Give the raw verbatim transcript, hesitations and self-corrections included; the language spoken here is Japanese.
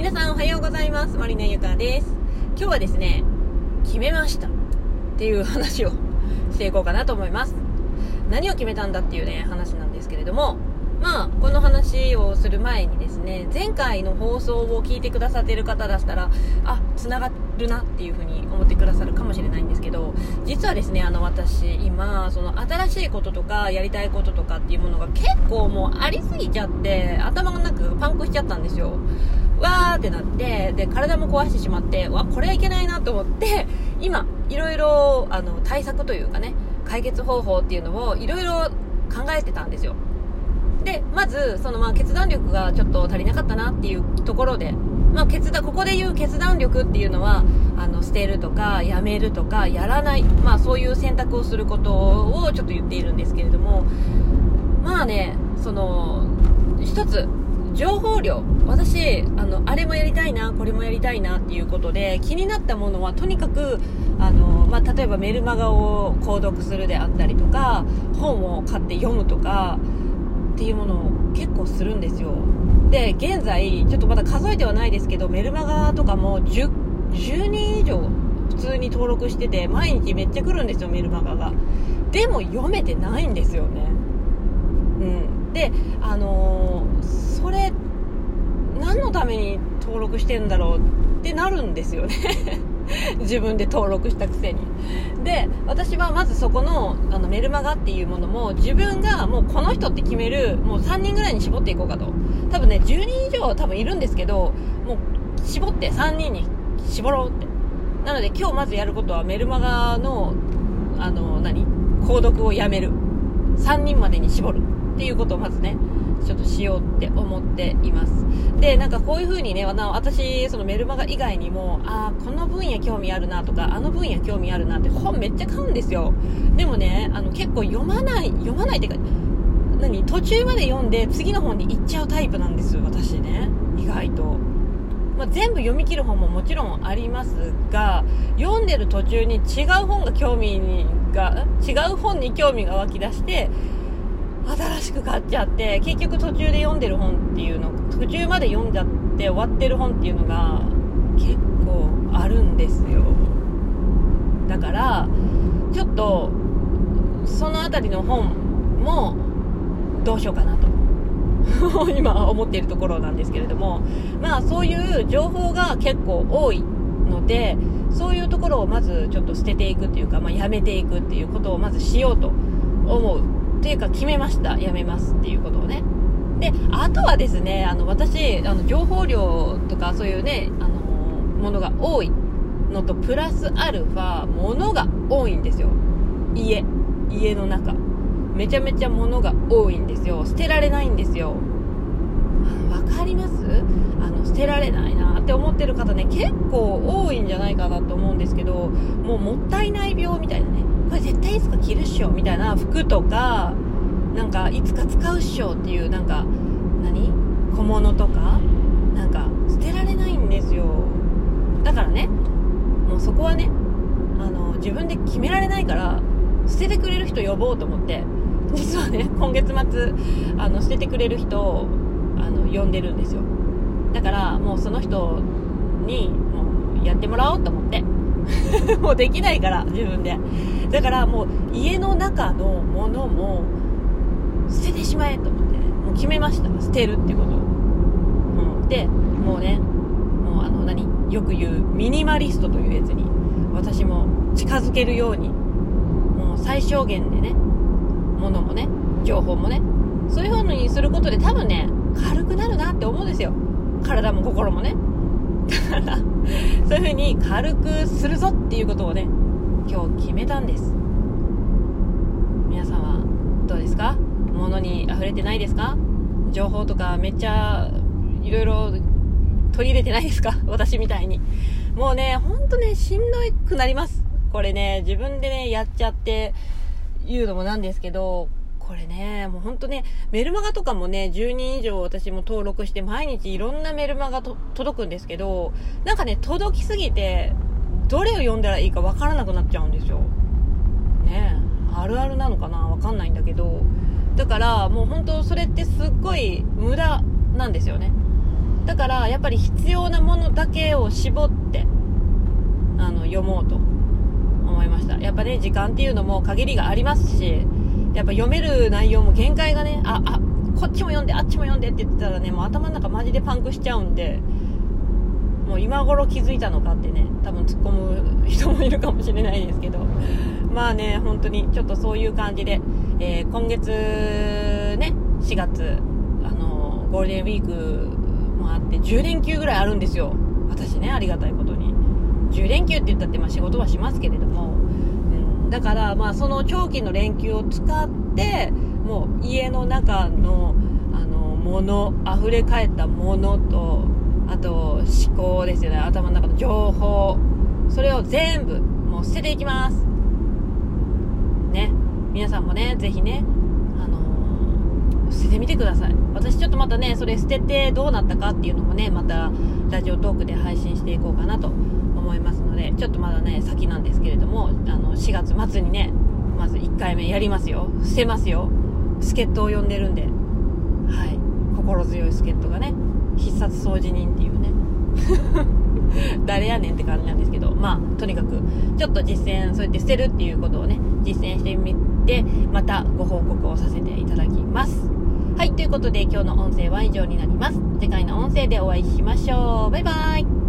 皆さんおはようございます。まりなゆかです。今日はですね、決めましたっていう話をしていこうかなと思います。何を決めたんだっていうね話なんですけれども、まあこの話をする前にですね、前回の放送を聞いてくださっている方だったら、あ、つながるなっていう風に思ってくださるかもしれないんですけど、実はですね、あの私今その新しいこととかやりたいこととかっていうものが結構もうありすぎちゃって、頭の中がパンクしちゃったんですよ。わーってなって、で体も壊してしまって、わこれはいけないなと思って、今いろいろあの対策というかね、解決方法っていうのをいろいろ考えてたんですよ。でまずそのまあ決断力がちょっと足りなかったなっていうところで、まあ、決断ここで言う決断力っていうのは、あの捨てるとかやめるとかやらない、まあ、そういう選択をすることをちょっと言っているんですけれども、まあね、その一つ情報量、私あのあれもやりたいなこれもやりたいなっていうことで気になったものはとにかくあの、まあ、例えばメルマガを購読するであったりとか、本を買って読むとかっていうものを結構するんですよ。で現在ちょっとまだ数えてはないですけど、メルマガとかも 10, 10人以上普通に登録してて、毎日めっちゃ来るんですよ、メルマガが。でも読めてないんですよね。うんであのー、それ何のために登録してんだろうってなるんですよね自分で登録したくせに。で私はまずそこ の, あのメルマガっていうものも自分がもうこの人って決めるもうさんにんぐらいに絞っていこうかと。多分ねじゅうにん以上多分いるんですけど、もう絞ってさんにんに絞ろうって。なので今日まずやることはメルマガのあの何購読をやめる、さんにんまでに絞るっていうことをまずねちょっとしようって思っています。でなんかこういう風にね、私そのメルマガ以外にも、あこの分野興味あるなとか、あの分野興味あるなって本めっちゃ買うんですよ。でもね、あの結構読まない読まないっていうか、何途中まで読んで次の本に行っちゃうタイプなんです私ね、意外と。まあ、全部読み切る本ももちろんありますが、読んでる途中に違う本が興味が違う本に興味が湧き出して新しく買っちゃって、結局途中で読んでる本っていうの、途中まで読んじゃって終わってる本っていうのが結構あるんですよ。だからちょっとそのあたりの本もどうしようかなと今思っているところなんですけれども、まあそういう情報が結構多いので、そういうところをまずちょっと捨てていくっていうか、まあ、やめていくっていうことをまずしようと思うっていうか、決めました。やめますっていうことをね。であとはですね、あの私あの情報量とかそういうね、あのものが多いのとプラスアルファものが多いんですよ。家家の中めちゃめちゃ物が多いんですよ。捨てられないんですよ。わかります？あの捨てられないなって思ってる方ね、結構多いんじゃないかなと思うんですけど、もうもったいない病みたいなね、これ絶対いつか着るっしょみたいな服とか、なんかいつか使うっしょっていうなんか何小物とかなんか捨てられないんですよ。だからね、もうそこはね、あの自分で決められないから捨ててくれる人呼ぼうと思って、実はね今月末あの捨ててくれる人をあの呼んでるんですよ。だからもうその人にもうやってもらおうと思ってもうできないから自分で。だからもう家の中のものも捨ててしまえと思って、ね、もう決めました。捨てるっていうことを、うん、でもうね、もうあの何よく言うミニマリストというやつに私も近づけるように、もう最小限でね、物もね情報もねそういう風にすることで多分ね軽くなるなって思うんですよ、体も心もね。だからそういう風に軽くするぞっていうことをね今日決めたんです。皆さんはどうですか？物に溢れてないですか？情報とかめっちゃいろいろ取り入れてないですか？私みたいにもうねほんとねしんどくなります。これね自分でねやっちゃって言うのもなんですけど、これねもうほんとねメルマガとかもねじゅうにん以上私も登録して毎日いろんなメルマガと届くんですけど、なんかね届きすぎてどれを読んだらいいかわからなくなっちゃうんですよね。あるあるなのかな、わかんないんだけど、だからもう本当それってすっごい無駄なんですよね。 だからやっぱり必要なものだけを絞ってあの読もうと思いました。やっぱね、時間っていうのも限りがありますし、やっぱ読める内容も限界がね、ああこっちも読んであっちも読んでって言ってたらね、もう頭の中マジでパンクしちゃうんで、もう今頃気づいたのかってね、多分突っ込む人もいるかもしれないですけど、まあね、本当にちょっとそういう感じで、えー、今月ね、しがつあのゴールデンウィークもあってじゅうれんきゅうぐらいあるんですよ。私ね、ありがたいことにじゅうれんきゅうって言ったって、まあ仕事はしますけれども、うん、だからまあその長期の連休を使ってもう家の中のあのもの、溢れ返ったものと、あと思考ですよね、頭の中の情報、それを全部もう捨てていきますね。皆さんもね、ぜひね、あのー、捨ててみてください。私ちょっとまたね、それ捨ててどうなったかっていうのもね、またラジオトークで配信していこうかなと思いますので、ちょっとまだね先なんですけれども、あのしがつ末にね、まずいっかいめやりますよ。捨てますよ。助っ人を呼んでるんで、はい、心強い助っ人がね、必殺掃除人っていうね誰やねんって感じなんですけど、まあとにかくちょっと実践、そうやって捨てるっていうことをね実践してみて、またご報告をさせていただきます。はい、ということで今日の音声は以上になります。次回の音声でお会いしましょう。バイバイ。